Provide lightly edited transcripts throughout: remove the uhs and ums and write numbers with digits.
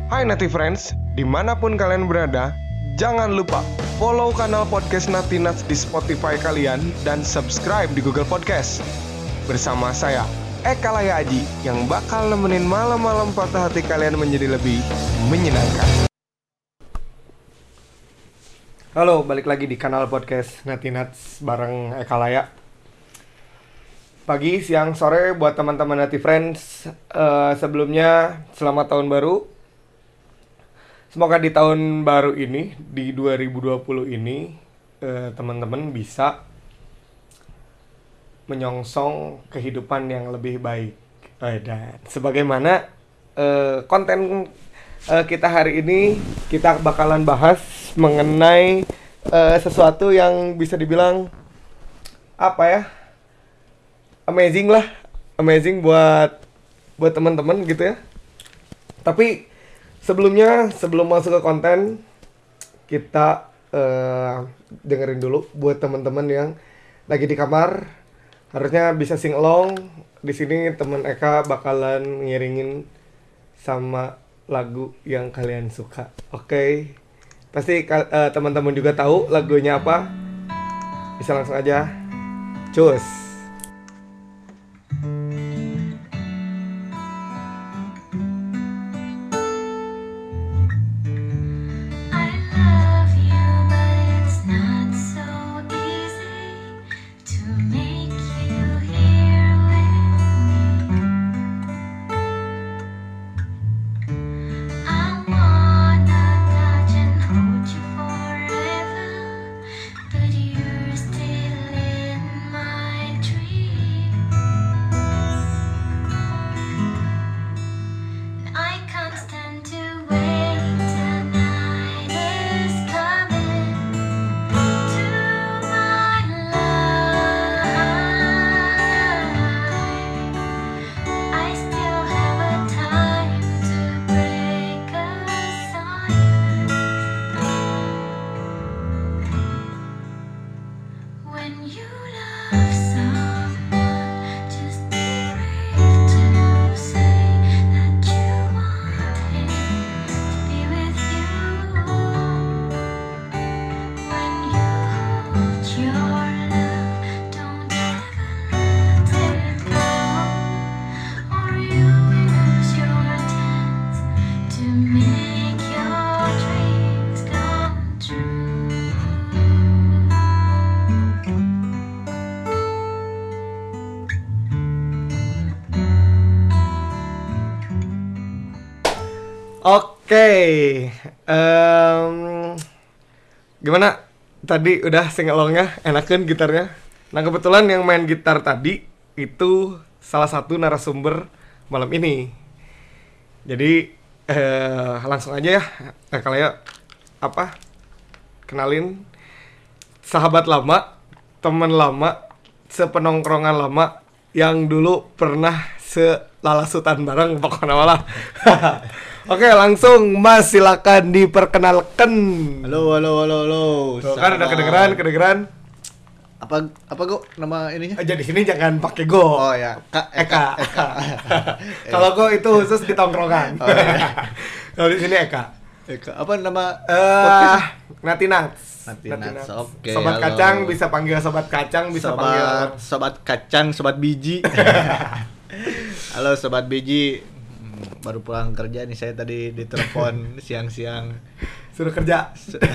Hai Native Friends, dimanapun kalian berada, jangan lupa follow kanal podcast Nati Nats di Spotify kalian dan subscribe di Google Podcast. Bersama saya, Eka Laya Aji, yang bakal nemenin malam-malam patah hati kalian menjadi lebih menyenangkan. Halo, balik lagi di kanal podcast Nati Nats bareng Eka Laya. Pagi, siang, sore buat teman-teman Native Friends. Sebelumnya, selamat tahun baru. Semoga di tahun baru ini, di 2020 ini, teman-teman bisa menyongsong kehidupan yang lebih baik. Dan sebagaimana konten kita hari ini, kita bakalan bahas mengenai sesuatu yang bisa dibilang amazing lah, amazing buat teman-teman gitu ya. Tapi sebelum masuk ke konten, kita dengerin dulu buat teman-teman yang lagi di kamar, harusnya bisa sing along. Di sini teman Eka bakalan ngiringin sama lagu yang kalian suka. Oke. Pasti teman-teman juga tahu lagunya apa. Bisa langsung aja. Cus. Oke, gimana? Tadi udah sing alongnya, enakan gitarnya. Nah kebetulan yang main gitar tadi itu salah satu narasumber malam ini. Jadi langsung aja ya, kalian kenalin sahabat lama, teman lama, sepenongkrongan lama yang dulu pernah selalasutan bareng pokoknya malah. Oke, langsung Mas silakan diperkenalkan. Halo. Tuh, kan udah kedengeran. Apa Go nama ininya? Aja di sini jangan pakai Go. Oh ya, Eka. Kalau Go itu khusus di tongkrongan. Oh, ya. Kalau di sini Eka. Apa nama Nati Nats. Oke. Sobat halo. kacang bisa panggil sobat kacang, bisa panggil sobat kacang, sobat biji. Halo sobat biji. Baru pulang kerja nih, saya tadi ditelepon siang-siang suruh kerja.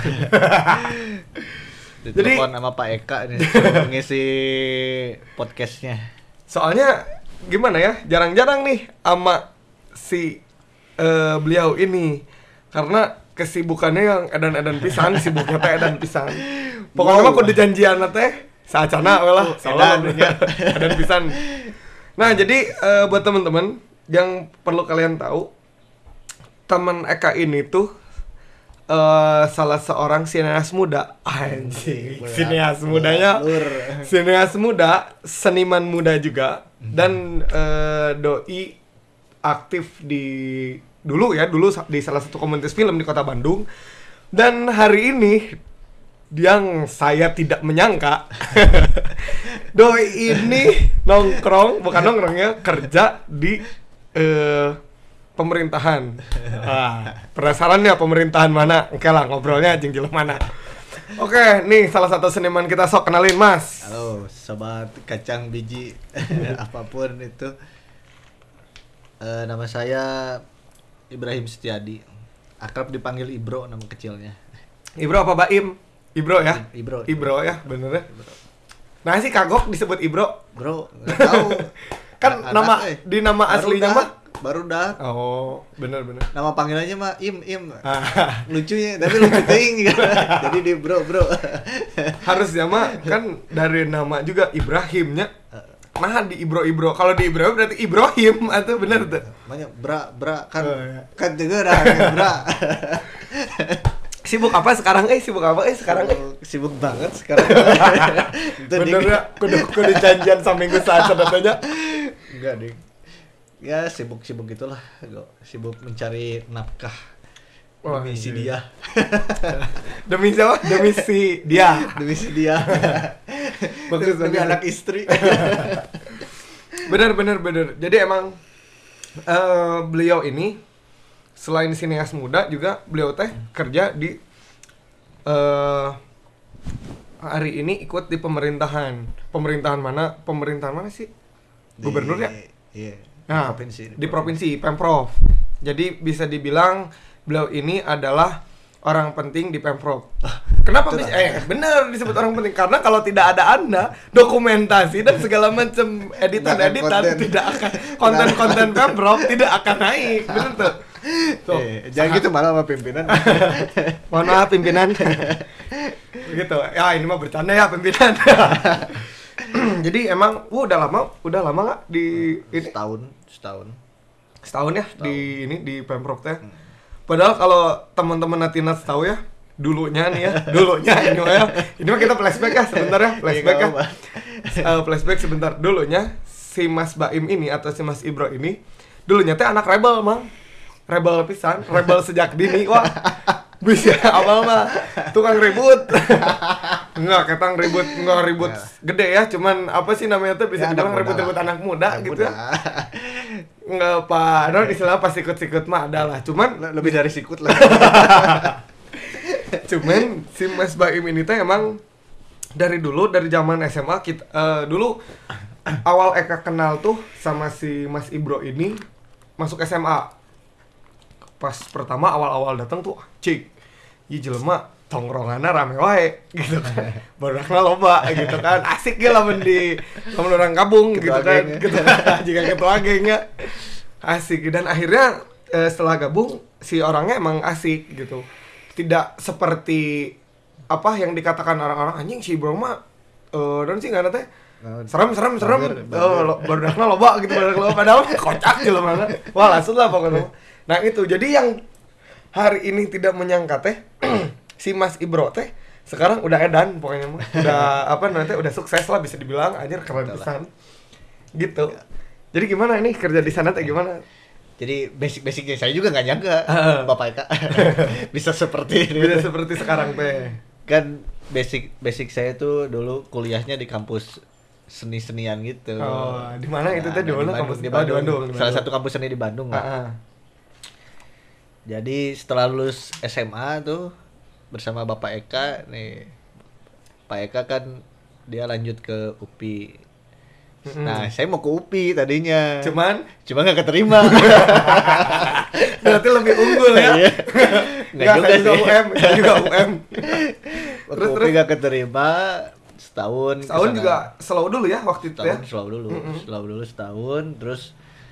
Ditelepon sama Pak Eka nih ngisi podcastnya. Soalnya gimana ya, jarang-jarang nih sama si beliau ini, karena kesibukannya yang edan-edan pisan, sibuknya teh edan pisan. Pokoknya mah kudu janjian teh saacana we lah, edan pisan. Nah, jadi buat teman-teman yang perlu kalian tahu, teman Eka ini tuh salah seorang sineas muda. Anjing, sineas mudanya. Sineas muda, seniman muda juga, dan doi aktif dulu di salah satu komunitas film di Kota Bandung. Dan hari ini yang saya tidak menyangka doi ini nongkrong, bukan nongkrong ya, kerja di pemerintahan. Penasaran ya pemerintahan mana? Oke lah, ngobrolnya jeung jelema mana. Oke, nih salah satu seniman kita, sok kenalin Mas. Halo, sobat kacang biji apapun itu. Nama saya Ibrahim Setiadi. Akrab dipanggil Ibro nama kecilnya. Ibro apa Baim? Ibro ya? Ibro. Ibro ya, bener ya. Nah sih kagok disebut Ibro. Bro, nggak tahu. Kan nama di nama aslinya mah baru dah. oh, bener. Nama panggilannya mah Im. Lucunya, tapi lucu teuing gitu. Jadi di bro. Harusnya mah kan dari nama juga Ibrahimnya. Nah di Ibro. Kalau di Ibro berarti Ibrahim atau bener tuh. Namanya bra kan. Oh, iya. Kan juga dah bra. Sibuk apa sekarang? Sibuk banget sekarang. Bener ya, kudu janjian seminggu saat sedatanya. Enggak, Ding. Ya sibuk gitulah. Sibuk mencari nafkah. Demi si dia. Demi siapa? Demi si dia. Demi si dia. Bagus, demi bagus. anak istri. Bener. Jadi emang beliau ini selain sineas muda juga beliau teh kerja di hari ini ikut di pemerintahan mana sih? Gubernur ya? Iya. Nah, di provinsi Pemprov. Jadi bisa dibilang beliau ini adalah orang penting di Pemprov. Kenapa bisa? Bener disebut orang penting karena kalau tidak ada Anda, dokumentasi dan segala macam editan tidak akan konten Pemprov tidak akan naik. Bener tuh. Jangan gitu malah sama pimpinan. Mohon maaf pimpinan. Begitu. Ya ini mah bercanda ya pimpinan. Jadi emang udah lama nggak di ini? Setahun ya di ini di Pemprov teh. Padahal kalau teman-teman Natinas tahu ya, dulunya ini mah kita flashback ya sebentar ya, flashback sebentar. Dulunya si Mas Baim ini atau si Mas Ibro ini dulunya teh anak rebel, Mang. Rebel pisan, rebel sejak dini. Wah, bisa awal mah tukang ribut. Enggak ribut gede ya, cuman apa sih namanya tuh bisa dibilang ribut-ribut anak muda gitu ya. Enggak Pak, istilah pas sikut-sikut mah ada lah, cuman lebih dari sikut lah. Cuman si Mas Baim ini teh emang dari zaman SMA kita dulu awal Eka kenal tuh sama si Mas Ibro ini masuk SMA. Pas pertama awal datang tuh cik ieu jelema tongkronganna rame wae gitu kan. Barudak loba gitu kan. Asik ge lamun orang gabung gitu kan. Gitu. Jika ketua gengnya asik dan akhirnya setelah gabung si orangnya emang asik gitu. Tidak seperti apa yang dikatakan orang-orang anjing si Bro mah dan sih enggak teh serem barudak loba gitu padahal kocak jelema. Wah langsung lah pokoknya. Nah itu, jadi yang hari ini tidak menyangka teh si Mas Ibro teh sekarang udah edan pokoknya mah. Udah sukses lah bisa dibilang, anjir keren pisan. Gitu. Jadi gimana ini kerja di sana teh gimana? Jadi basic-basicnya saya juga nggak nyangka Bapak Eka bisa seperti ini. Bisa seperti sekarang teh. Kan basic saya tuh dulu kuliahnya di kampus seni-senian gitu. Oh, di mana itu teh? Di mana kampus di Bandung. Salah satu kampus seni di Bandung lah. Jadi setelah lulus SMA tuh bersama Bapak Eka nih, Pak Eka kan dia lanjut ke UPI. Nah saya mau ke UPI tadinya, cuman nggak keterima. Berarti lebih unggul ya. Nggak juga UM. Terus nggak keterima setahun juga slow dulu ya waktu itu ya. Slow dulu setahun. Terus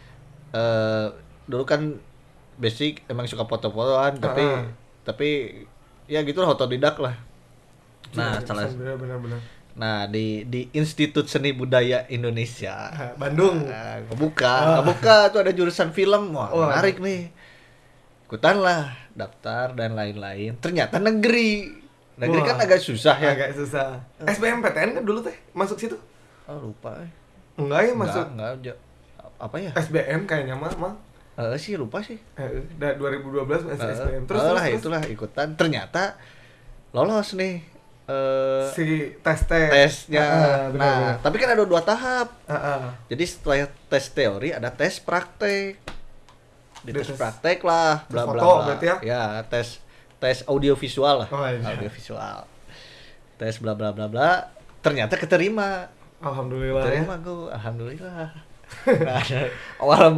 dulu kan basic emang suka foto-fotoan tapi ya gitu lah, otodidak lah. Nah benar. Nah di Institut Seni Budaya Indonesia Bandung kebuka tuh ada jurusan film. Wah menarik nih, ikutan lah, daftar dan lain-lain. Ternyata negeri kan agak susah ya. Agak susah. SBMPTN kan dulu teh masuk situ? Lupa. Enggak ya masuk. Enggak. Apa ya? SBM kayaknya mah. Sih lupa sih. 2012 masih SBM. Terus itulah ikutan. Ternyata lolos nih. Si tesnya. Nah, tapi kan ada 2 tahap. Jadi setelah tes teori ada tes praktek. Dites praktek lah, bla bla foto bla. berarti ya? Ya, tes audio visual lah. Oh, iya. Audio visual. Tes bla bla bla bla. Ternyata keterima. Alhamdulillah ya. Terima gue, alhamdulillah. Nah, awal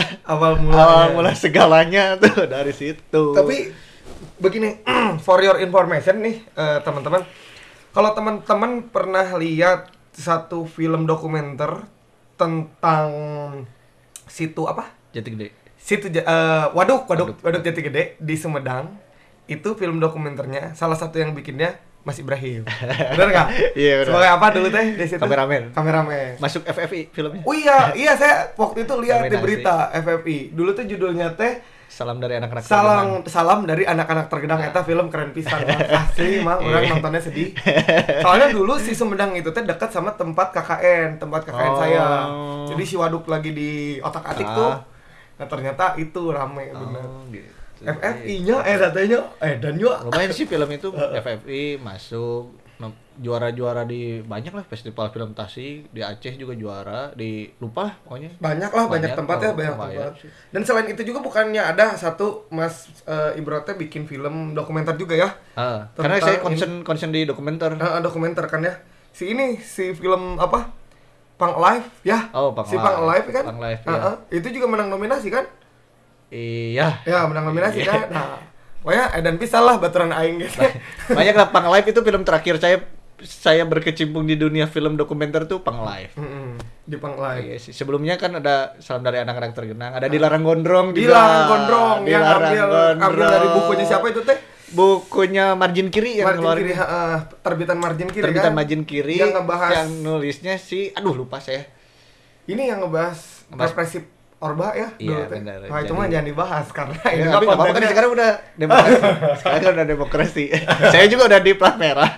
mula segalanya tuh dari situ. Tapi begini, for your information nih teman-teman, kalau teman-teman pernah lihat satu film dokumenter tentang situ apa? Jati Gede. Waduk Jati Gede di Sumedang, itu film dokumenternya salah satu yang bikinnya Mas Ibrahim. Bener nggak? Iya, bener. Sebagai apa dulu teh di situ? Kameramen. Masuk FFI filmnya. Oh iya saya waktu itu lihat di Nominasi. berita FFI. Dulu tuh judulnya teh Salam dari anak-anak tergenang. Salam dari anak-anak tergenang. Eta film keren pisan Bang. Asli mah orang nontonnya sedih. Soalnya dulu si Sumedang itu teh dekat sama tempat KKN saya. Jadi si waduk lagi di otak-atik tuh. Nah ternyata itu rame bener. Gitu. FFI-nya datanya dan yuk. Lumayan sih film itu FFI masuk juara-juara di banyak lah festival film Tasik, di Aceh juga juara, di lupa lah pokoknya. Banyak tempat ya, banyak tempat. Dan selain itu juga bukannya ada satu Mas Ibro teh bikin film dokumenter juga ya? Karena saya concern di dokumenter. Dokumenter kan ya. Si film apa? Punk Life ya? Oh, Punk si Punk Life kan? Punk Life, ya. Itu juga menang nominasi kan? Iya. Ya, menang nominasi kan. Nah, pokoknya edan pisan lah baturan aing gitu. Banyak lah Punk Life itu film terakhir saya berkecimpung di dunia film dokumenter tuh Punk Life. Di Punk Life. Iya sih. Sebelumnya kan ada Salam dari anak-anak tergenang, ada Dilarang Gondrong juga. Dilarang Gondrong yang ambil dari bukunya siapa itu teh? Bukunya Margin Kiri yang Margin Kiri, terbitan Margin Kiri terbitan kan? Margin Kiri yang ngebahas yang nulisnya si lupa saya. Ini yang ngebahas represif Orba ya? Iya, dulu, benar. Wah, itu mah jangan dibahas karena Ya, ini tapi nggak apa-apa kan sekarang udah demokrasi. Sekarang kan udah demokrasi. Saya juga udah di plat merah.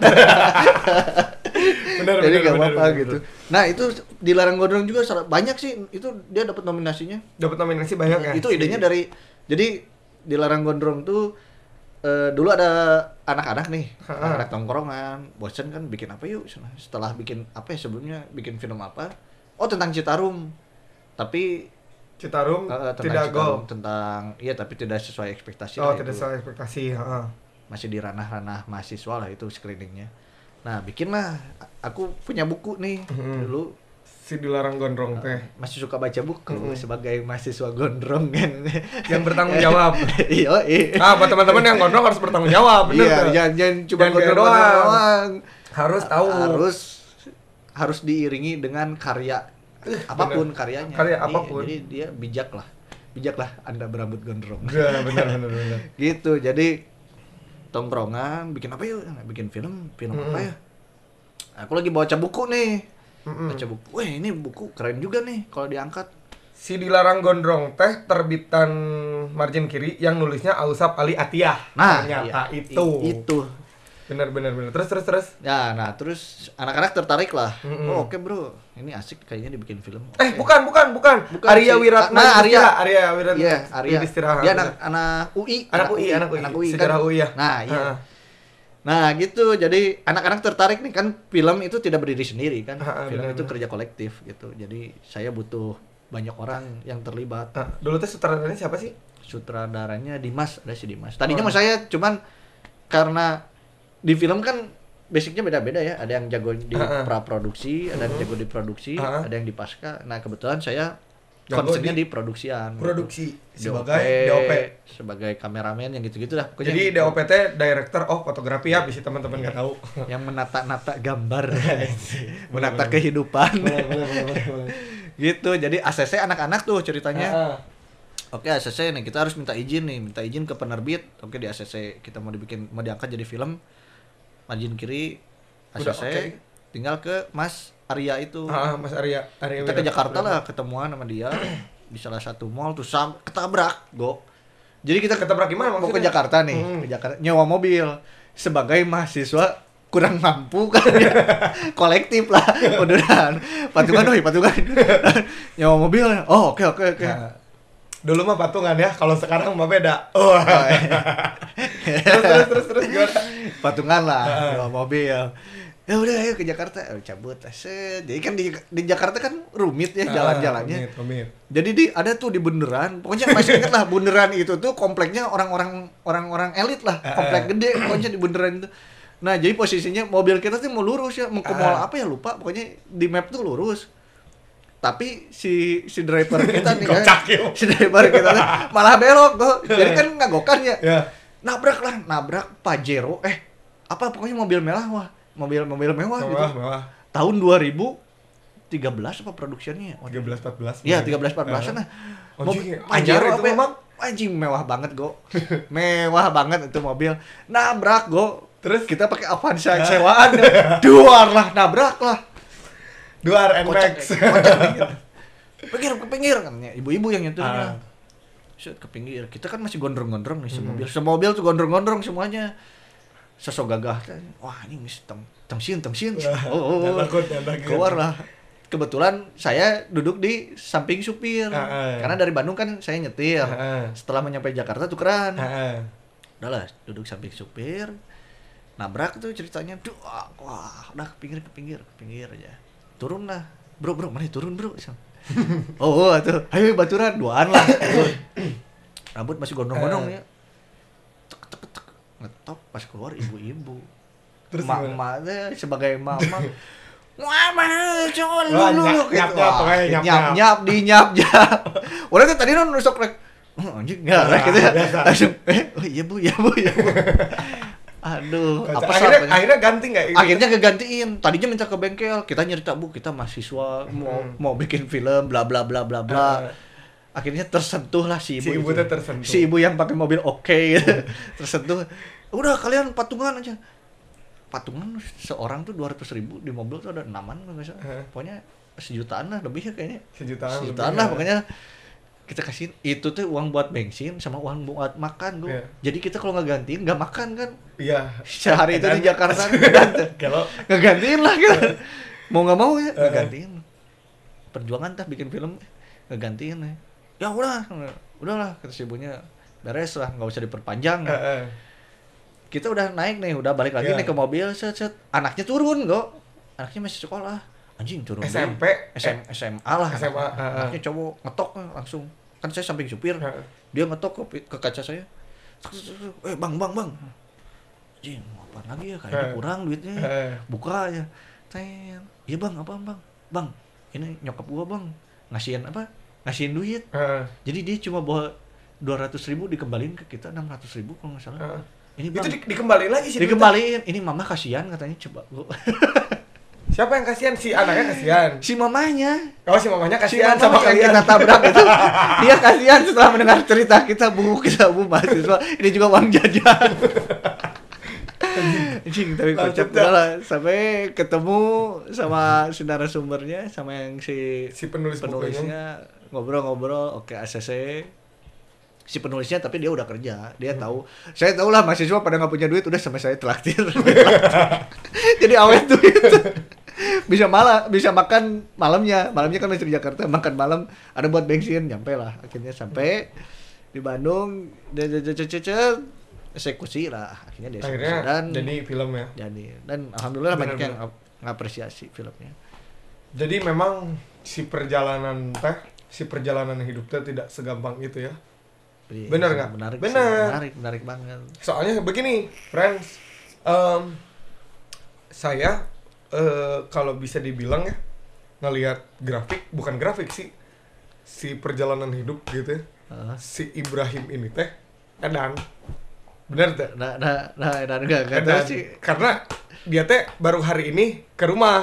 Jadi nggak apa-apa gitu. Nah itu Dilarang Gondrong juga banyak sih. Itu dia dapat nominasinya. Dapat nominasi banyak ya. Itu idenya dari. Jadi Dilarang Gondrong tuh dulu ada anak-anak nih, anak tongkrongan, bosen kan bikin apa yuk? Setelah bikin apa ya sebelumnya bikin film apa? Oh tentang Citarum. Tapi Citarum tidak gol tentang tapi tidak sesuai ekspektasi. Tidak sesuai ekspektasi. Masih di ranah-ranah mahasiswa lah itu screeningnya. Nah bikinlah, aku punya buku nih dulu. Si Dilarang Gondrong teh masih suka baca buku sebagai mahasiswa gondrong kan. Yang bertanggung jawab. Iya. Buat teman-teman yang gondrong harus bertanggung jawab, bener. Iya, jangan cuma gondrong doang. Harus tahu. Harus diiringi dengan karya. Apapun karyanya. Karya apapun. Jadi dia bijaklah Anda berambut gondrong. Ya, benar. Gitu. Jadi tongkrongan bikin apa yuk? Bikin film apa ya? Aku lagi baca buku nih. Baca buku. Wah, ini buku keren juga nih kalau diangkat. Si Dilarang Gondrong teh terbitan Margin Kiri yang nulisnya Ausap Ali Atiyah. Nah, ternyata iya, itu. Benar. Terus. Ya, nah terus anak-anak tertarik lah. Oh, oke bro, ini asik kayaknya dibikin film. Bukan. Arya Wiratna. Arya Wiratna. Iya, Arya. Dia anak UI. Anak UI. Sejarah kan? UI ya. Nah, iya. Nah, gitu. Jadi anak-anak tertarik nih kan film itu tidak berdiri sendiri kan. Film itu kerja kolektif gitu. Jadi saya butuh banyak orang yang terlibat. Dulu tuh sutradaranya siapa sih? Sutradaranya Dimas, ada si Dimas. Tadinya mah saya cuman karena di film kan basicnya beda-beda ya. Ada yang jago di praproduksi, ada yang jago di produksi, ada yang di pasca. Nah kebetulan saya konsennya di produksian. Produksi gitu. sebagai DOP, sebagai kameramen yang gitu-gitu lah. Pokoknya jadi DOP teh Director of Photography ya, bisa teman-teman nggak tahu. Yang menata-nata gambar, menata kehidupan. Gitu. Jadi ACC anak-anak tuh ceritanya. Oke, ACC nih kita harus minta izin ke penerbit. Oke, di ACC kita mau diangkat jadi film. Margin Kiri ACC tinggal ke Mas Arya itu. Mas Arya kita ke Jakarta lah, ketemuan sama dia di salah satu mall tuh ketabrak, Jadi kita ketabrak gimana maksudnya? Mau ke Jakarta nih, ke Jakarta nyewa mobil sebagai mahasiswa kurang mampu kan ya. Kolektif lah, beneran. Patungan. Nyewa mobil. Oh, oke. Nah, dulu mah patungan ya, kalau sekarang mah beda. Terus gimana? Patungan lah, bawa mobil. Ya udah ayo ke Jakarta, cabut aset. Jadi kan di Jakarta kan rumit ya jalan-jalannya. Rumit. Jadi ada tuh di Bundaran, pokoknya masih inget lah Bundaran itu tuh kompleknya orang-orang elit lah, komplek gede pokoknya di Bundaran itu. Nah jadi posisinya mobil kita tuh mau lurus ya, mau ke mall apa ya lupa, pokoknya di map tuh lurus. Tapi si driver kita nih kan, si driver kita tuh malah belok kok. Jadi kan ngagokan ya. Nabrak Pajero, apa pokoknya mobil mewah wah. Mobil mewah gitu. Mewah. Tahun 2013 apa produksinya? 13-14. Iya, 13-14 nah. Pajero itu memang anjing mewah banget, Go. Mewah banget itu mobil. Nabrak, Go. Terus kita pakai Avanza sewaan. Duar lah, nabrak lah. Duar NMAX. Kocak ke pinggir katanya. Ibu-ibu yang nyetirnya. Set ke pinggir. Kita kan masih gondrong-gondrong nih semobil. Semobil tuh gondrong-gondrong semuanya. Sosok gagah, wah ini mesti tengsin. Takut. Keluar lah. Kebetulan saya duduk di samping supir, karena dari Bandung kan saya nyetir. Setelah menyampai Jakarta tukeran. Udahlah, duduk samping supir, nabrak tuh ceritanya, wah udah ke pinggir aja. Turun lah, bro mana turun bro? Tuh, ayo baturan, duaan lah. Rambut masih gondrong-gondrong ya. Ngetop pas keluar ibu-ibu. Terus emak-emaknya sebagai mama. Wah, mana cowok lu gitu. Nyap. Orang tuh tadi nusuk rek. Anjing enggak rek gitu. Langsung iya bu. Aduh, akhirnya ganti enggak? Akhirnya kegantiin. Tadinya minta ke bengkel, kita nyerita bu, kita mahasiswa mau bikin film bla bla bla bla bla. Akhirnya tersentuh lah si ibu tersentuh. Si ibu yang pakai mobil gitu. Tersentuh. Udah kalian patungan aja. Patungan seorang tuh 200.000 di mobil tuh ada 6-an enggak salah. Pokoknya sejutaan lah lebih ya kayaknya. Sejutaan lah pokoknya. Kita kasih itu tuh uang buat bensin sama uang buat makan gue. Jadi kita kalau nggak gantiin nggak makan kan? Iya. Sehari itu di Jakarta kalau nggak gantiin lah kita. Mau nggak mau ya nggak gantiin. Perjuangan tah bikin film nggak gantiin ya. Ya udahlah kata si ibunya beres lah nggak usah diperpanjang. Kita udah naik nih udah balik lagi nih ke mobil set anaknya turun kok anaknya masih sekolah anjing turun SMP SMA lah anaknya cowok ngetok langsung kan saya samping supir dia ngetok ke kaca saya bang anjing apa lagi ya kayaknya kurang duitnya buka aja iya bang apa bang ini nyokap gua bang ngasihin duit. Jadi dia cuma bawa 200.000 dikembaliin ke kita 600.000 kalau nggak salah. Ini bang, itu dikembaliin lagi sih. Dikembaliin. Ini mama kasihan katanya coba gua. Siapa yang kasihan? Si anaknya kasihan. Si mamanya. Oh, si mamanya kasihan sama kalian. Kita tabrak itu. Dia kasihan setelah mendengar cerita kita bu mahasiswa. Ini juga uang jajan. Anjing tapi kocak lah sampai ketemu sama si narasumbernya sama yang si penulisnya ngobrol oke ACC si penulisnya tapi dia udah kerja dia tahu saya tahu lah mahasiswa pada nggak punya duit udah sama saya traktir jadi awet duit bisa makan malamnya kan masih di Jakarta makan malam ada buat bensin nyampe lah akhirnya sampai di Bandung eksekusi lah akhirnya dia dan jadi film ya dan alhamdulillah banyak yang ngapresiasi filmnya. Jadi memang si perjalanan hidupnya tidak segampang itu ya. Benar nggak? Menarik banget. Soalnya begini, friends, saya kalau bisa dibilang ya ngelihat bukan grafik sih, si perjalanan hidup gitu ya, si Ibrahim ini teh, Edan, benar teh? Enggak sih. Karena dia teh baru hari ini ke rumah.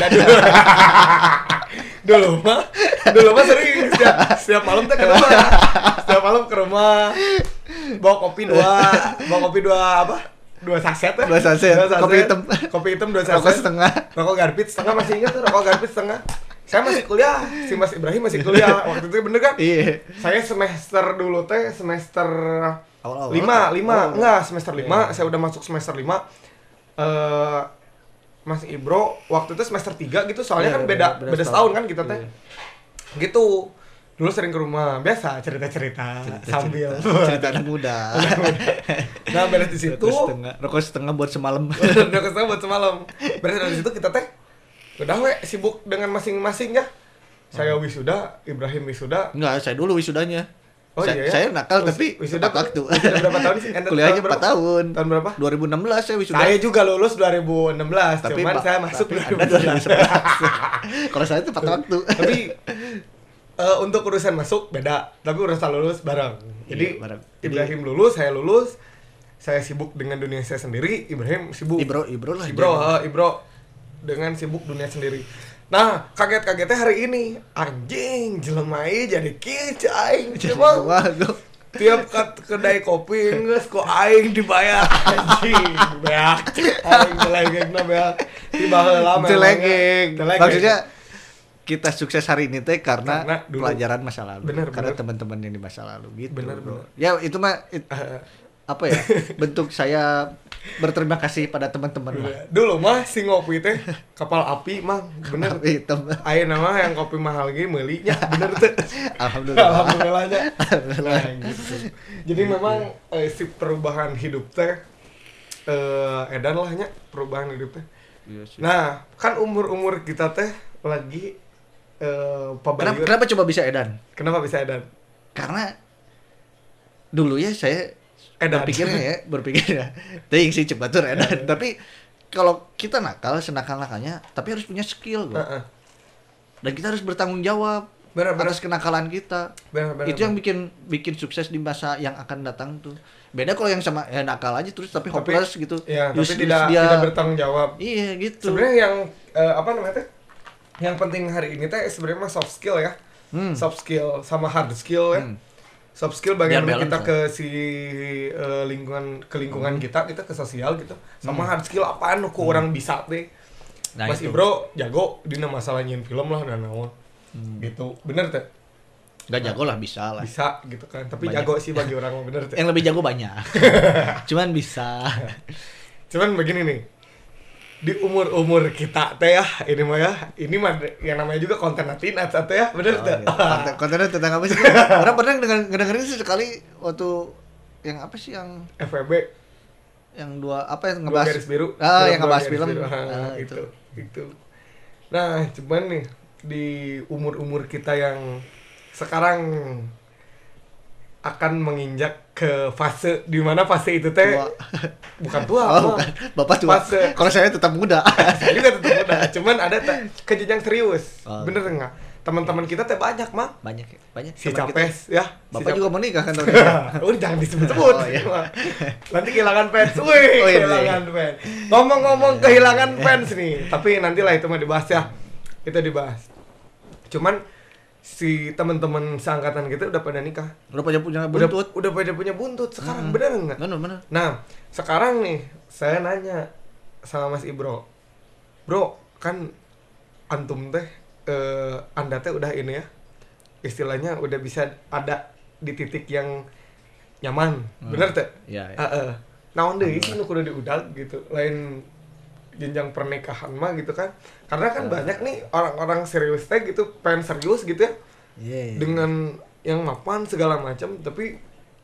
Dulu mah sering setiap malam teh ke rumah. Setiap malam ke rumah bawa kopi dua apa? 2 saset ya? 2 saset. Kopi hitam 2 saset. Rokok setengah. Rokok Garpit setengah masih ingat tuh rokok Garpit setengah. Saya masih kuliah, si Mas Ibrahim masih kuliah. Waktu itu bener kan? Iya. Saya semester dulu teh semester 5 enggak semester 5, saya udah masuk semester 5. Mas Ibro waktu itu semester 3 gitu soalnya kan beda setahun kan kita teh. Gitu. Dulu sering ke rumah, biasa cerita-cerita sambil cerita anak muda. Nah, beres di situ. Rokok setengah buat semalam. Rokok setengah buat semalam. Berarti dari situ kita teh udah sibuk dengan masing-masing ya. Saya wisuda, Ibrahim wisuda. Enggak, saya dulu wisudanya. Oh iya ya? Saya nakal tapi wisuda tepat waktu. Wisuda berapa tahun sih? Kuliahnya 4 tahun. Tahun berapa? 2016 saya wisuda. Saya juga lulus 2016, Tapi cuman saya masuk Anda 2011. Kalau saya itu tepat waktu. Tapi untuk urusan masuk beda, tapi urusan lulus bareng. Jadi Iya, bareng. Ibrahim lulus, saya sibuk dengan dunia saya sendiri, Ibrahim sibuk. Ibro lah. Ibro dengan sibuk dunia sendiri. Nah, kaget-kagetnya hari ini anjing jelemai jadi kieu aing coba. Tiap kedai kopi geus ku aing dibayar anjing. Beak. Aing telegegna beak. Tiba heula mah. Telegeg. Maksudnya kita sukses hari ini teh karena dulu. pelajaran masa lalu. Karena Bener. teman-teman yang di masa lalu gitu. Bener. Ya itu mah apa ya? Bentuk saya berterima kasih pada teman-teman lah. Dulu mah si ngopi teh kapal api mah bener. Hitam. Aya nama yang kopi mahal ge meuli nya bener teh. Alhamdulillah. Alhamdulillahnya. Nah, gitu. Jadi memang si perubahan hidup teh edan lah nya perubahan hidup teh. Nah, kan umur-umur kita teh lagi pabalieur. Kenapa coba bisa edan? Kenapa bisa edan? Karena dulu ya saya Edan. berpikir ya ting sih cepat tuh edan. Tapi kalau kita nakal senakal-nakalnya tapi harus punya skill kok. Dan kita harus bertanggung jawab atas kenakalan kita. Itu yang bikin sukses di masa yang akan datang tuh. Beda kalau yang sama nakal aja terus tapi hopeless gitu. Iya, tapi tidak bertanggung jawab. Iya gitu. Sebenarnya yang apa namanya teh? Yang penting hari ini teh sebenarnya soft skill ya. Soft skill sama hard skill ya. Soft skill bagaimana kita ke si lingkungan kita ke sosial gitu. Sama hard skill apaan ku orang bisa teh. Nah, Mas itu. Ibro jago dina masalah nyin film lah dan naon. Gitu. Bener teh? Gak jago lah bisa lah. Bisa gitu kan. Tapi Banyak. jago sih bagi orang bener teh. Yang lebih jago banyak. Cuman bisa. Cuman begini nih. Di umur-umur kita teh ya, ini mah yang namanya juga konten natinat teh ya, bener teh. Gitu. Kontennya tentang apa sih? Orang pernah ngedengerin sih sekali waktu yang apa sih yang FWB yang dua apa yang Dua ngebahas Garis Biru. yang Dua ngebahas Garis film. Biru. Itu. Nah, cuman nih di umur-umur kita yang sekarang akan menginjak ke fase di mana fase itu teh Tua. bukan tua, Bukan. Bapak tua. Fase. Kalau saya tetap muda. Saya juga tetap muda, cuman ada ke jenjang serius. Oh, Bener enggak? Teman-teman kita teh banyak mah. Banyak Si teman Capes ya. Bapak si juga mau nikah kan tahun ini. Udah jangan disebut-sebut. Oh, iya. Nanti kehilangan fans. Wih, Oh, iya, kehilangan fans. Ngomong-ngomong kehilangan fans nih. Tapi nantilah itu mah dibahas ya. Kita dibahas. Cuman si teman-teman seangkatan kita udah pada nikah. Udah punya buntut. Udah pada punya buntut sekarang, bener enggak? Bener. Nah, sekarang nih saya nanya sama Mas Ibro. Bro, kan antum teh Anda teh udah ini ya. Istilahnya udah bisa ada di titik yang nyaman. Bener teh? Iya. Naon deui sih nu kudu diudag gitu. Lain jenjang pernikahan mah gitu kan. Karena kan banyak nih orang-orang serius teh gitu, pengen serius gitu ya. Iya. Dengan yang mapan segala macam, tapi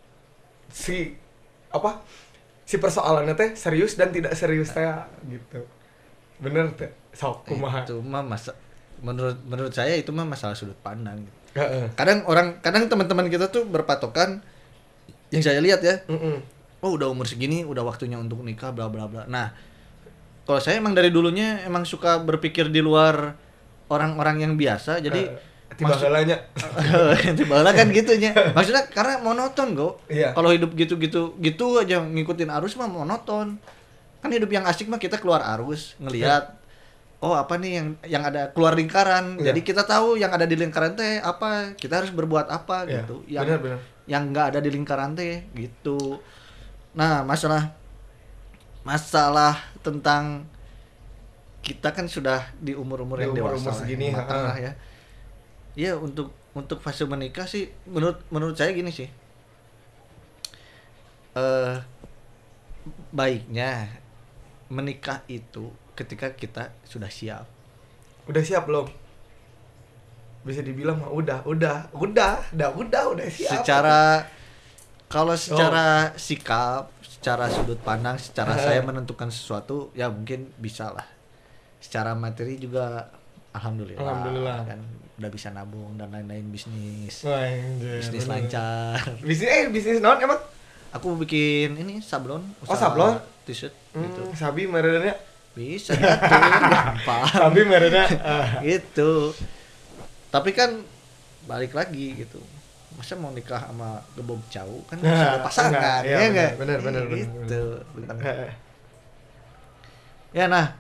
si persoalannya teh serius dan tidak serius teh gitu. Bener teh? Sok kumaha. Itu mah menurut saya itu mah masalah sudut pandang. Heeh. Kadang teman-teman kita tuh berpatokan yang saya lihat ya. Oh, udah umur segini, udah waktunya untuk nikah bla bla bla. Nah, kalau saya emang dari dulunya emang suka berpikir di luar orang-orang yang biasa. Jadi tiba-tiba tiba-tiba kan gitunya. Maksudnya karena monoton, Go. Iya. Kalau hidup gitu aja ngikutin arus mah monoton. Kan hidup yang asik mah kita keluar arus, ngelihat oh apa nih yang ada keluar lingkaran. Iya. Jadi kita tahu yang ada di lingkaran teh apa, kita harus berbuat apa Iya. gitu. Benar. Yang enggak ada di lingkaran teh gitu. Nah, masalah tentang kita kan sudah di umur-umur yang dewasa segini, matang lah ya. Iya, untuk fase menikah sih menurut saya gini sih. Baiknya menikah itu ketika kita sudah siap. Udah siap belum? Bisa dibilang mah udah siap. Kalau secara sikap, secara sudut pandang, secara saya menentukan sesuatu, ya mungkin bisa lah. secara materi juga Alhamdulillah. kan udah bisa nabung dan lain-lain bisnis. Wah, anjir, Bisnis bener. lancar. Bisnis naon emang? Aku bikin ini sablon, sablon? t-shirt gitu. Sabi merenanya. Bisa atuh, gampang. Sabi merenanya. Gitu. Tapi kan balik lagi gitu. Masa mau nikah sama gebog cau kan ada pasangan, iya, ya enggak? bener. Gitu. Ya nah,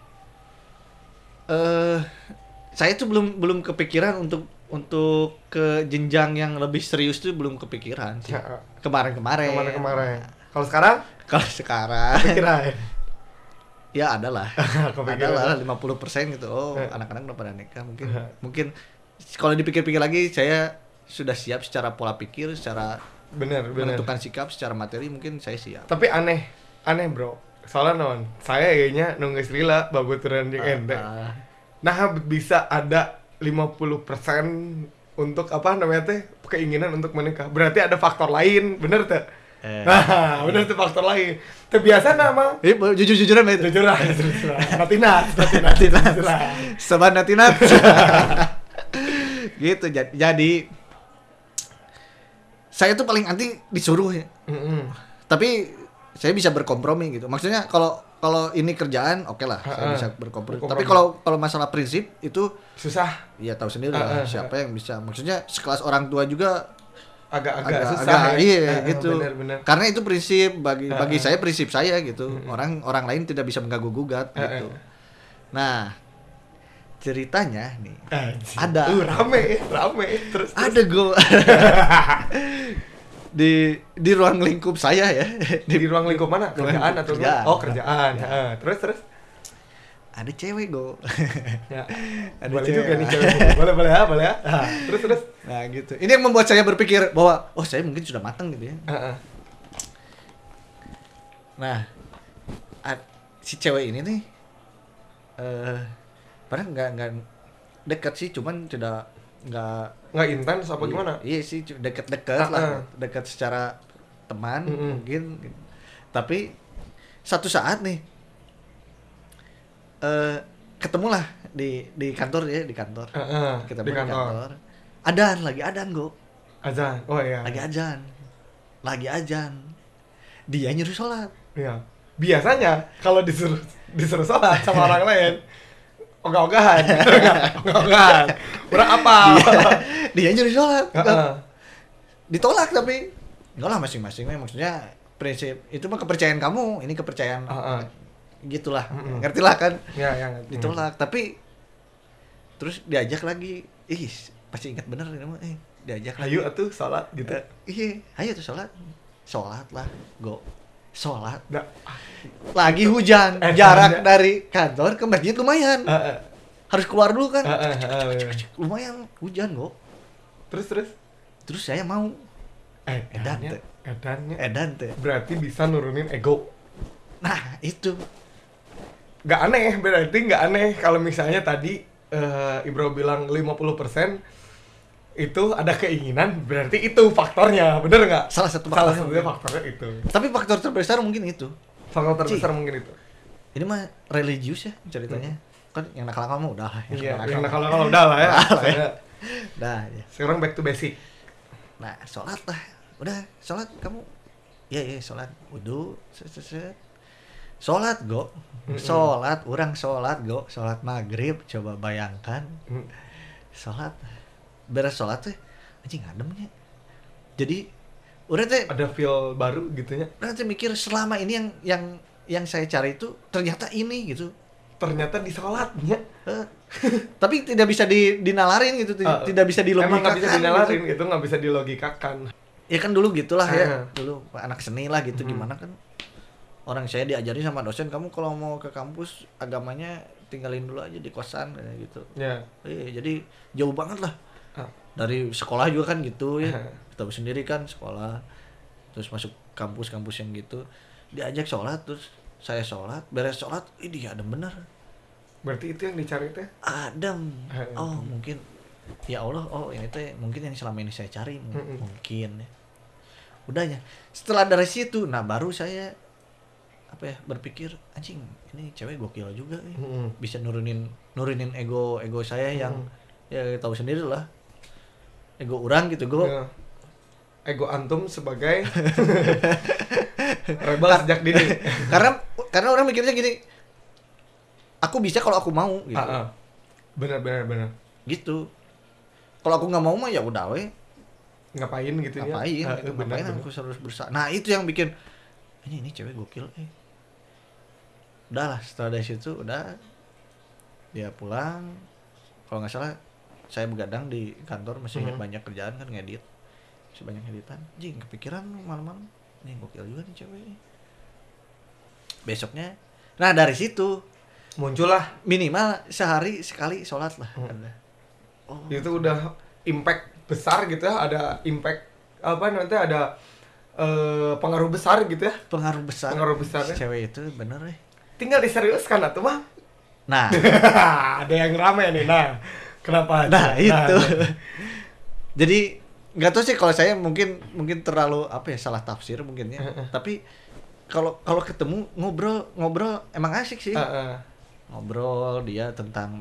saya tuh belum kepikiran untuk ke jenjang yang lebih serius tuh belum kepikiran sih. Kemarin. Kalau sekarang? Kalau sekarang Pikiran. ya adalah Kepikiran. 50% gitu. Oh, anak-anak udah pada nikah mungkin kalau dipikir-pikir lagi saya sudah siap secara pola pikir, secara Bener. menentukan sikap, secara materi mungkin saya siap. Tapi aneh bro. Soalnya non, saya kayaknya nunggu lila babuturan di ente. Nah bisa ada 50% untuk apa namanya teh keinginan untuk menikah. Berarti ada faktor lain, bener tuh? Nah, bener tuh faktor lain. Terbiasa nama. Jujur-jujuran itu. Jujuran. Natinat. Sobat Natinat. Gitu jadi saya tuh paling anti disuruh ya. Tapi saya bisa berkompromi gitu. Maksudnya kalau ini kerjaan oke lah, saya bisa berkompromi. Tapi kalau masalah prinsip itu susah. Iya tahu sendiri lah siapa yang bisa. Maksudnya sekelas orang tua juga agak susah. Iya gitu. Bener. Karena itu prinsip bagi saya prinsip saya gitu. Orang lain tidak bisa mengganggu gugat gitu. Nah, ceritanya nih ada rame terus ada gue di ruang lingkup saya ya. Di ruang lingkup mana? Kerjaan atau kerjaan. Oh, kerjaan. Terus ada cewek go. Ya. Ada Boleh cewek. juga nih cewek. Boleh ya. Terus. Nah, gitu. Ini yang membuat saya berpikir bahwa oh, saya mungkin sudah matang gitu ya. Nah, si cewek ini nih padahal nggak dekat sih, cuman tidak nggak intens apa gimana? Iya sih, dekat lah, dekat secara teman mungkin. Tapi satu saat nih ketemulah di kantor ya, di kantor. Ketemu di kantor. Lagi adan go. Azan. Oh iya. Lagi ajan. Dia nyuruh sholat. Iya. Biasanya kalau disuruh sholat sama orang lain ogah-ogahan. Kurang apa? Dia nyuruh sholat. Ditolak tapi enggak lah, masing-masing maksudnya prinsip itu mah kepercayaan kamu, ini kepercayaan gitulah. Ngerti lah kan? Ya. Ditolak tapi terus diajak lagi. Pasti ingat bener ini mah. Diajak lagi. Ayo atuh sholat gitu. Iya, ayo tuh sholat. Sholat lah, go. Sholat. Nah. Lagi hujan, jarak dari kantor ke masjid lumayan. Harus keluar dulu kan. Lumayan hujan go. Terus saya mau edan teh. Berarti bisa nurunin ego. Nah, itu. Gak aneh kalau misalnya tadi Ibro bilang 50% itu ada keinginan, berarti itu faktornya, bener nggak? Salah satu faktornya itu. Tapi faktor terbesar mungkin itu. Faktor terbesar mungkin itu. Ini mah religius ya ceritanya. Kan yang nakal-nakal mah udah lah. Yang nakal-nakal udah lah ya. Dah ya. Sekarang back to basic. Nah, sholat lah. Udah, sholat kamu. Iya, sholat. Wudu, sholat go. Sholat, orang sholat go. Sholat maghrib, coba bayangkan. Sholat. Beres sholat teh anjing ademnya. Jadi udah teh ada feel baru gitunya. Udah teh mikir selama ini yang saya cari itu ternyata ini gitu. Ternyata di sholatnya. Tapi tidak bisa dinalarin gitu, tidak bisa dilogikakan. Emang nggak bisa dinalarin gitu, nggak bisa dilogikakan. Ya kan dulu gitulah ya. Dulu anak seni lah gitu, gimana kan orang saya diajari sama dosen, kamu kalau mau ke kampus agamanya tinggalin dulu aja di kosan kayak gitu. Jadi jauh banget lah. Dari sekolah juga kan gitu ya. Kita sendiri kan sekolah. Terus masuk kampus-kampus yang gitu. Diajak sholat, terus saya sholat. Beres sholat, ini adem bener. Berarti itu yang dicari teh? Adem. Oh mungkin. Ya Allah, ini teh mungkin yang selama ini saya cari. Mungkin ya. Udahnya. Setelah dari situ, nah baru saya apa ya, berpikir anjing ini cewek gokil juga bisa nurunin ego saya yang ya tahu sendiri lah, ego orang gitu Ya. Ego antum sebagai rebel sejak dini. karena orang mikirnya gini, aku bisa kalau aku mau gitu. Benar Gitu. Kalau aku nggak mau mah ya udah we. Ngapain gitu ya? Ngapain aku harus berusaha. Nah, itu yang bikin ini cewek gokil. Udah lah, setelah dari situ udah dia pulang. Kalau nggak salah saya begadang di kantor masih banyak kerjaan kan, ngedit. Masih banyak editan. Jing, kepikiran malam-malam. Nih gokil juga nih cewek ini. Besoknya, nah dari situ muncullah minimal sehari sekali sholat lah. Oh, itu udah impact besar gitu ya, ada impact apa nanti ada pengaruh besar gitu ya. Pengaruh besar ya. Cewek itu bener ya. Tinggal diseriuskan atuh mah. Nah, ada yang rame nih. Nah, kenapa? Nah, itu. Jadi nggak tahu sih, kalau saya mungkin terlalu apa ya, salah tafsir mungkin ya. Tapi kalau ketemu ngobrol emang asik sih. Ngobrol dia tentang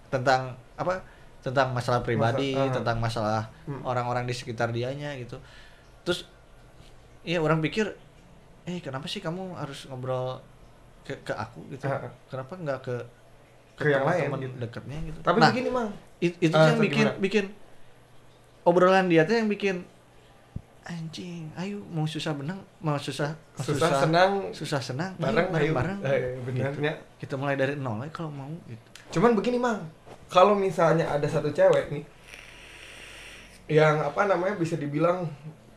masalah pribadi, tentang masalah orang-orang di sekitar dianya gitu. Terus ya orang pikir kenapa sih kamu harus ngobrol ke aku gitu. Kenapa nggak ke yang lain teman gitu. dekatnya gitu. Tapi nah, begini, Mang. Itu yang bikin obrolan dia tuh yang bikin anjing, ayo mau susah senang bareng benernya gitu. Kita mulai dari nol kalau mau gitu. Cuman begini, Mang, kalau misalnya ada satu cewek nih yang apa namanya bisa dibilang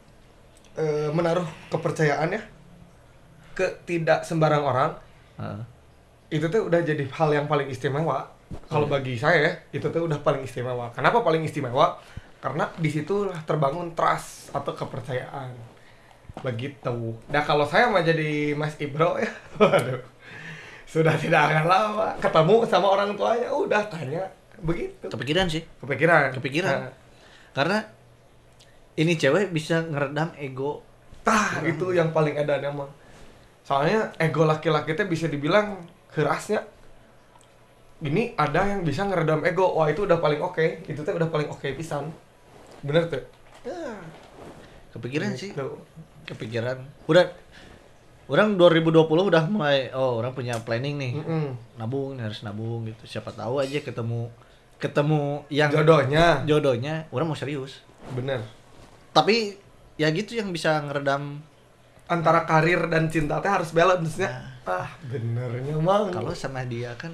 menaruh kepercayaan ya ke tidak sembarang orang, itu tuh udah jadi hal yang paling istimewa. Kalau bagi saya ya, itu tuh udah paling istimewa. Kenapa paling istimewa? Karena disitulah terbangun trust atau kepercayaan. Begitu. Nah kalau saya mah jadi Mas Ibro ya, waduh, sudah tidak akan lama ketemu sama orang tuanya, udah tanya begitu. Kepikiran. Nah. Karena ini cewek bisa ngeredam ego. Itu yang paling edan emang. Soalnya ego laki-laki itu bisa dibilang kerasnya. Ini ada yang bisa ngeredam ego. Wah, itu udah paling oke. Itu tuh udah paling oke pisan. Bener tuh. Kepikiran gitu. sih. Kepikiran. Orang 2020 udah mulai, orang punya planning nih. Harus nabung gitu. Siapa tahu aja ketemu yang jodohnya, orang mau serius. Bener. Tapi ya gitu yang bisa ngeredam antara karir dan cinta teh harus balance-nya. Benernya Mang. Kalau sama dia kan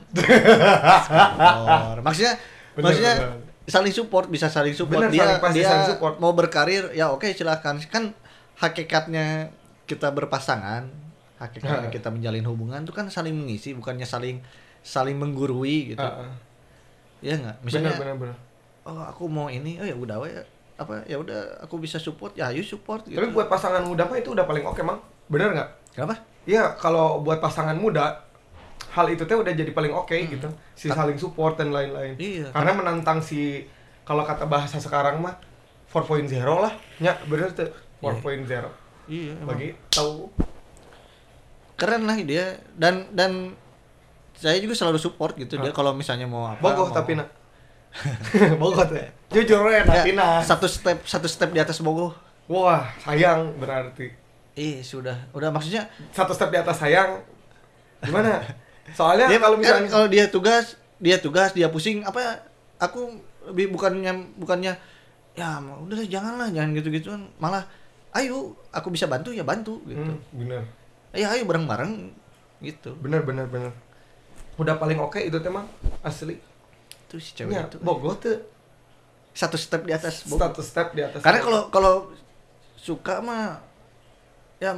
maksudnya saling support, bisa saling support. Bener, dia saling support. Mau berkarir ya oke, silakan. Kan hakikatnya kita berpasangan, hakikatnya kita menjalin hubungan itu kan saling mengisi, bukannya saling menggurui gitu. Iya enggak? Misalnya bener. Aku mau ini, ya udah ya udah aku bisa support, ya ayo support gitu. Tapi buat pasangan muda mah itu udah paling oke, Mang. Bener nggak? Kenapa? Iya, kalau buat pasangan muda hal itu teh udah jadi paling oke gitu. Si saling support dan lain-lain. Iya. Karena menantang si, kalau kata bahasa sekarang mah 4.0 lah. Ya, bener tuh. 4.0. Iya. Begitu. Keren lah dia, dan saya juga selalu support gitu. Dia kalau misalnya mau apa. Bogoh tapi nak. Bogoh tuh. Jujur ya, Natina. Satu step di atas Bogoh. Wah, sayang berarti. Udah maksudnya satu step di atas sayang. Gimana? Soalnya kalau misalnya kalau dia tugas, dia pusing apa, aku bukannya ya udahlah jangan gitu-gituan, malah ayo aku bisa bantu ya bantu gitu. Bener. Ayo bareng-bareng gitu. Bener. Udah paling oke itu emang asli. Itu si cewek itu. Bogoh tuh satu step di atas Bogoh. Satu step di atas. Karena kalau suka mah ya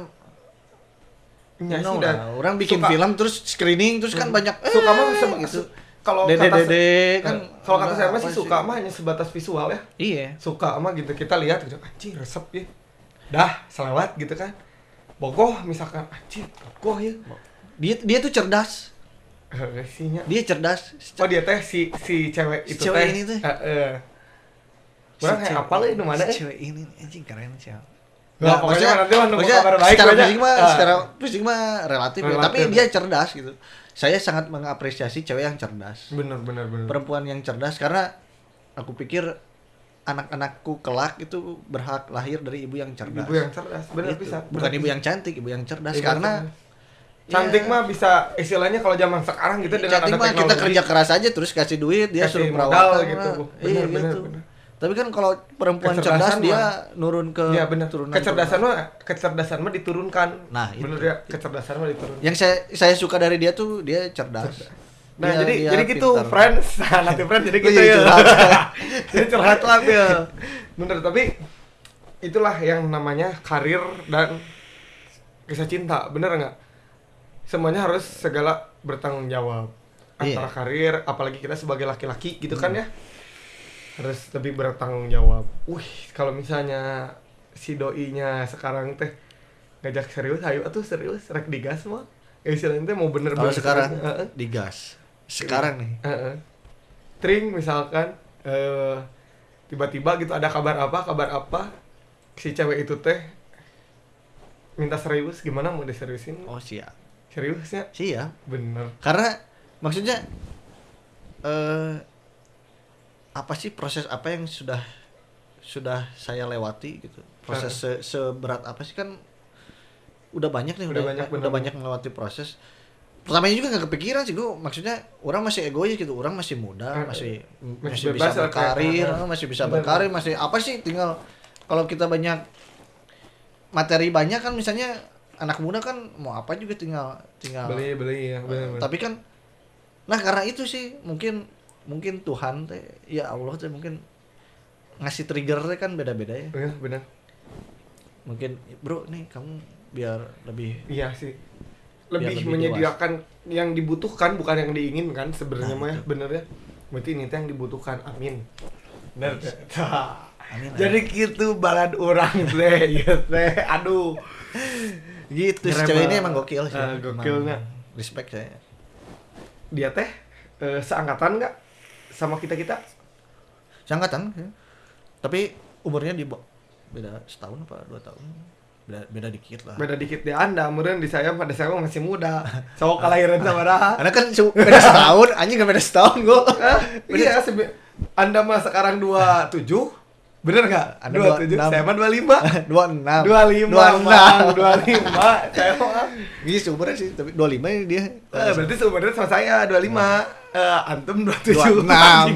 orang bikin film terus screening terus kan banyak suka mah gitu. Kalau kata saya mah sih suka mah hanya sebatas visual ya. Iya. Suka mah gitu, kita lihat gitu, anjing resep ya. Dah, selewat gitu kan. Bogoh misalkan, anjing bogoh ya. Dia tuh cerdas. Dia cerdas. Dia teh si cewek itu cewek ini tuh. Orang kayak apa lah itu mana cewek ini anjing keren sih. Nah, pokoknya nanti mah nunggu kabar baik secara aja. secara fisik mah relatif. Ya, tapi dia cerdas gitu. Saya sangat mengapresiasi cewek yang cerdas. Bener. Perempuan yang cerdas karena aku pikir anak-anakku kelak itu berhak lahir dari ibu yang cerdas. Ibu yang cerdas, bener Gitu. bisa. Bukan ibu yang cantik, ibu yang cerdas. Ibu Karena cantik ya, mah bisa istilahnya kalau zaman sekarang gitu dengan cantik ada mah teknologi. kita kerja keras aja terus kasih duit dia Kasih suruh modal perawatan gitu. lah. Bener, Iya bener, gitu. bener. Tapi kan kalau perempuan Kecerdasan cerdas dia mah. nurun ke Iya benar. turunan. Kecerdasan mah diturunkan. Nah, bener itu. ya, kecerdasan mah diturunkan. Yang saya suka dari dia tuh dia cerdas. Nah, Dia jadi gitu, pintar. friends. Nanti friends jadi gitu Iya, ya. curhat. Jadi curhat lah ya. Bener, tapi itulah yang namanya karir dan kisah cinta, bener nggak? Semuanya harus segala bertanggung jawab. Antara karir, apalagi kita sebagai laki-laki gitu kan ya. Harus lebih bertanggung jawab. Kalau misalnya si doinya sekarang teh ngajak serius, ayo atuh serius, rek digas mah. Ya istilahnya teh mau bener-bener. Kalau sekarang digas. Sekarang nih. Tring misalkan tiba-tiba gitu ada kabar apa si cewek itu teh minta serius, gimana mau diseriusin? Oh, siap. Seriusnya? Siap. Bener. Karena maksudnya apa sih proses apa yang sudah saya lewati gitu. Proses seberat apa sih kan udah banyak nih udah banyak melewati proses. Pertamanya juga nggak kepikiran sih gue, maksudnya orang masih egois gitu, orang masih muda, masih bisa berkarir, masih apa sih, tinggal kalau kita banyak materi banyak kan, misalnya anak muda kan mau apa juga tinggal beli ya bener. Tapi kan nah karena itu sih mungkin Tuhan teh ya Allah teh mungkin ngasih trigger teh kan beda-beda ya. Iya benar. Mungkin bro nih kamu biar lebih iya sih lebih menyediakan dewasa. Yang dibutuhkan bukan yang diinginkan sebenarnya mah ya bener ya. Berarti ini teh yang dibutuhkan, amin. Bener. Amin. Jadi gitu balad orang teh ya teh aduh gitu si cewek ini emang gokil sih. Gokilnya respect saya. Dia teh seangkatan nggak sama kita seangkatan ya. Tapi umurnya beda setahun apa 2 tahun, beda dikit lah. Beda dikit deh Anda, kemudian di saya pada saya masih muda. So kelahiran sama dah. Karena kan beda setahun, anjing gak beda setahun gua. Iya, Anda mah sekarang 27. Bener enggak? Anda 27, saya mah 25. 26. 25. Saya mah. Iya, seumuran sih, tapi 25 ini dia. Berarti seumuran sama saya 25. Antum 27. 26.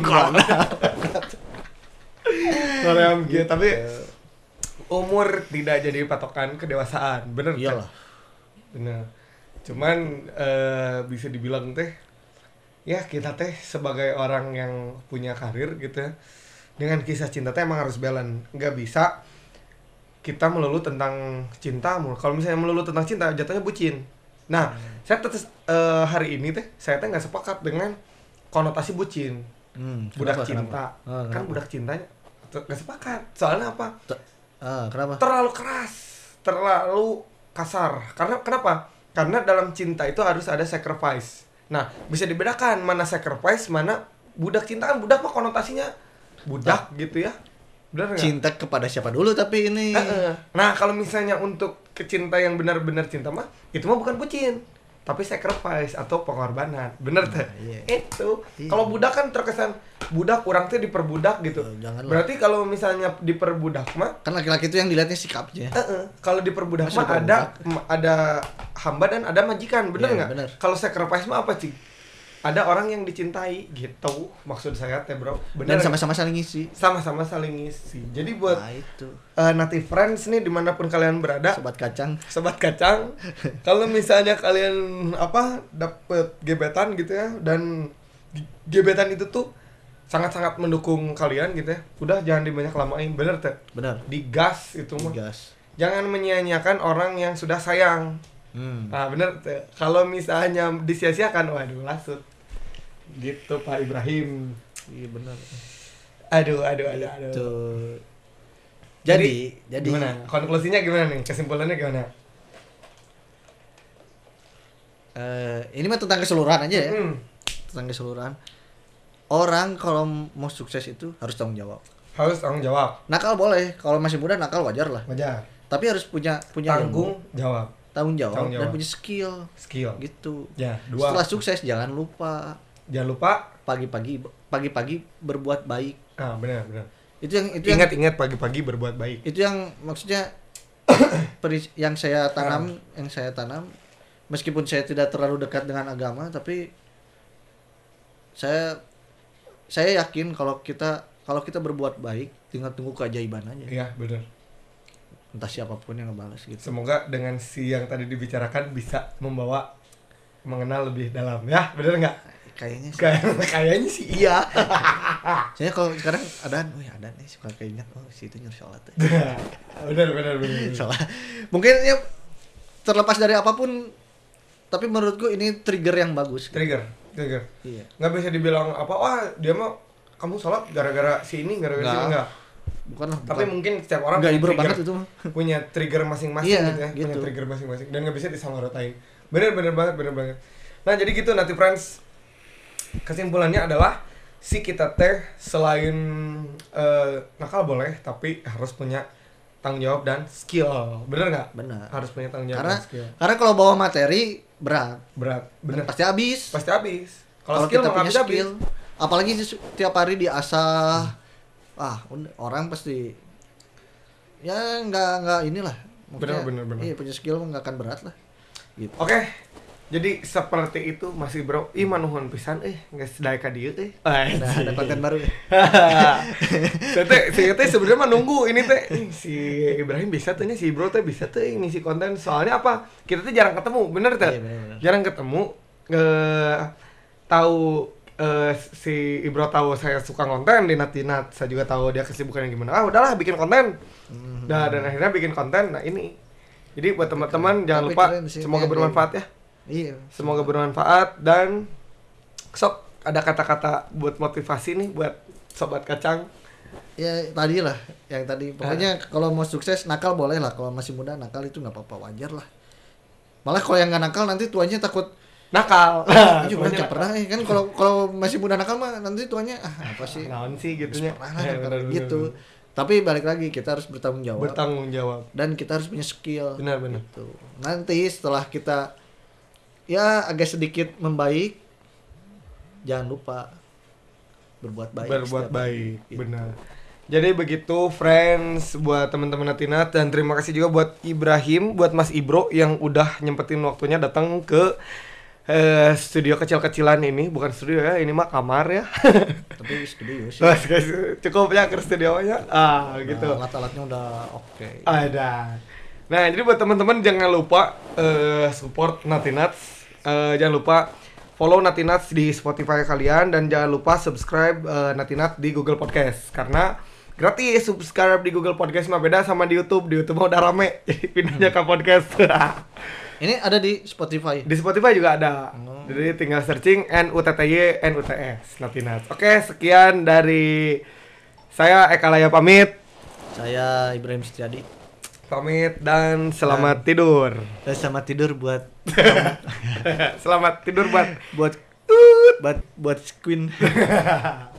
Soalnya gitu, tapi umur tidak jadi patokan kedewasaan, bener? Iyalah. Bener. Cuman bisa dibilang teh, ya kita teh sebagai orang yang punya karir gitu ya, dengan kisah cinta teh emang harus balance. Nggak bisa kita melulu tentang cinta. Kalau misalnya melulu tentang cinta, jatuhnya bucin. Nah, saya tetap hari ini teh, saya teh nggak sepakat dengan konotasi bucin. Budak cinta, kan budak cintanya nggak sepakat. Soalnya apa? Kenapa? Terlalu keras, terlalu kasar. Karena kenapa? Karena dalam cinta itu harus ada sacrifice. Nah, bisa dibedakan mana sacrifice, mana budak cinta. Kan budak mah konotasinya budak gitu ya. Benar nggak? Cinta kepada siapa dulu tapi ini. Nah, kalau misalnya untuk cinta yang benar-benar cinta mah, itu mah bukan bucin, tapi sacrifice atau pengorbanan. Bener tuh. Iya. Itu. Kalau budak kan terkesan budak, orang tuh diperbudak gitu. Janganlah. Berarti kalau misalnya diperbudak mah kan laki-laki itu yang dilihatnya sikapnya. Kalau diperbudak Masih mah ada hamba dan ada majikan, bener Iya, nggak? bener. Kalau sacrifice mah apa sih? Ada orang yang dicintai gitu, maksud saya teh bro. Bener. Dan sama-sama saling ngisi. Sama-sama saling ngisi. Jadi buat itu native friends nih dimanapun kalian berada, sobat kacang, kalau misalnya kalian dapet gebetan gitu ya, dan gebetan itu tuh sangat-sangat mendukung kalian gitu ya, udah jangan dibanyak lamain, bener teh. benar. Digas itu mah. Gas. Jangan menyia-nyiakan orang yang sudah sayang. Nah bener teh. Kalau misalnya disia-siakan, waduh lasut. Gitu Pak Ibrahim. Iya benar. Aduh. Tuh. Jadi gimana? Konklusinya gimana nih? Kesimpulannya gimana? Ini mah tentang keseluruhan aja ya. Tentang keseluruhan. Orang kalau mau sukses itu harus tanggung jawab. Harus tanggung jawab. Nakal boleh, kalau masih muda nakal wajar lah. Wajar. Tapi harus punya tanggung ilmu, jawab tanggung jawab Tanggung jawab. dan punya skill gitu. gitu. Ya, Setelah sukses jangan lupa pagi-pagi berbuat baik. Benar. Itu yang Ingat pagi-pagi berbuat baik. Itu yang maksudnya yang saya tanam, meskipun saya tidak terlalu dekat dengan agama, tapi saya yakin kalau kita berbuat baik, tinggal tunggu keajaiban aja. Iya, benar. Entah siapapun yang ngebalas gitu. Semoga dengan yang tadi dibicarakan bisa membawa mengenal lebih dalam ya, benar nggak? Kayaknya sih iya. Saya kalau sekarang adan suka keinget si itu nyuruh sholat. benar. Salah. Mungkin ya terlepas dari apapun, tapi menurutku ini trigger yang bagus. Trigger. Iya. Nggak bisa dibilang apa, wah dia mah kamu sholat gara-gara si ini, gara-gara si ini, enggak. Tapi mungkin setiap orang punya trigger, banget itu punya trigger masing-masing iya, gitu ya, gitu. punya trigger masing-masing dan nggak bisa disamaratain. Bener banget. Nah jadi gitu nanti friends, kesimpulannya adalah si kita teh selain nakal boleh, tapi harus punya tanggung jawab dan skill. Bener nggak? Benar. Harus punya tanggung jawab dan skill. Karena kalau bawa materi berat. Bener. Pasti habis. Kalau kita punya skill, apalagi tiap hari diasah. Orang pasti ya nggak inilah. Bener. Iya, punya skill nggak akan berat lah. Gitu. Oke. Jadi seperti itu masih bro. Iman nuhun pisan geus daek ka dieu Ada konten baru. Saya teh sebenarnya mah nunggu ini teh si Ibrahim bisa tuh si bro teh bisa tuh ngisi konten. Soalnya apa? Kita tuh jarang ketemu, bener teh? Iya, Jarang ketemu. Tahu si Ibro tahu saya suka konten di Natinat. Saya juga tahu dia kesibukannya gimana. Udahlah bikin konten. Dan akhirnya bikin konten. Nah, ini. Jadi buat teman-teman jangan lupa semoga bermanfaat ya. Iya. Semoga bermanfaat dan sok ada kata-kata buat motivasi nih buat sobat kacang. Ya tadi lah, yang tadi pokoknya kalau mau sukses nakal boleh lah, kalau masih muda nakal itu nggak apa-apa, wajar lah. Malah kalau yang nggak nakal nanti tuanya takut nakal. Juga nggak pernah kan kalau masih muda nakal mah nanti tuanya apa sih? Naon sih gitunya. Gitu. Tapi balik lagi kita harus bertanggung jawab. Dan kita harus punya skill. Benar. Gitu. Nanti setelah kita ya agak sedikit membaik, jangan lupa berbuat baik. Gitu. Benar. Jadi begitu friends buat teman-teman Natinat, dan terima kasih juga buat Ibrahim, buat Mas Ibro yang udah nyempetin waktunya datang ke studio kecil-kecilan ini. Bukan studio ya, ini mah kamar ya. Tapi studio sih. Cukup ya ke studionya. Gitu. Alat-alatnya udah oke. Ada. Nah, jadi buat teman-teman jangan lupa support Natinats. Jangan lupa follow Natinats di Spotify kalian, dan jangan lupa subscribe Natinats di Google Podcast karena gratis. Subscribe di Google Podcast mah beda sama di YouTube. Di YouTube mah udah rame, jadi pindahnya ke podcast. Ini ada di Spotify. Di Spotify juga ada. Jadi tinggal searching NUTTY NUTS Natinats. Oke, sekian dari saya Eka Laya pamit. Saya Ibrahim Setiadi pamit dan selamat tidur. Dan selamat tidur buat selamat tidur buat buat Queen.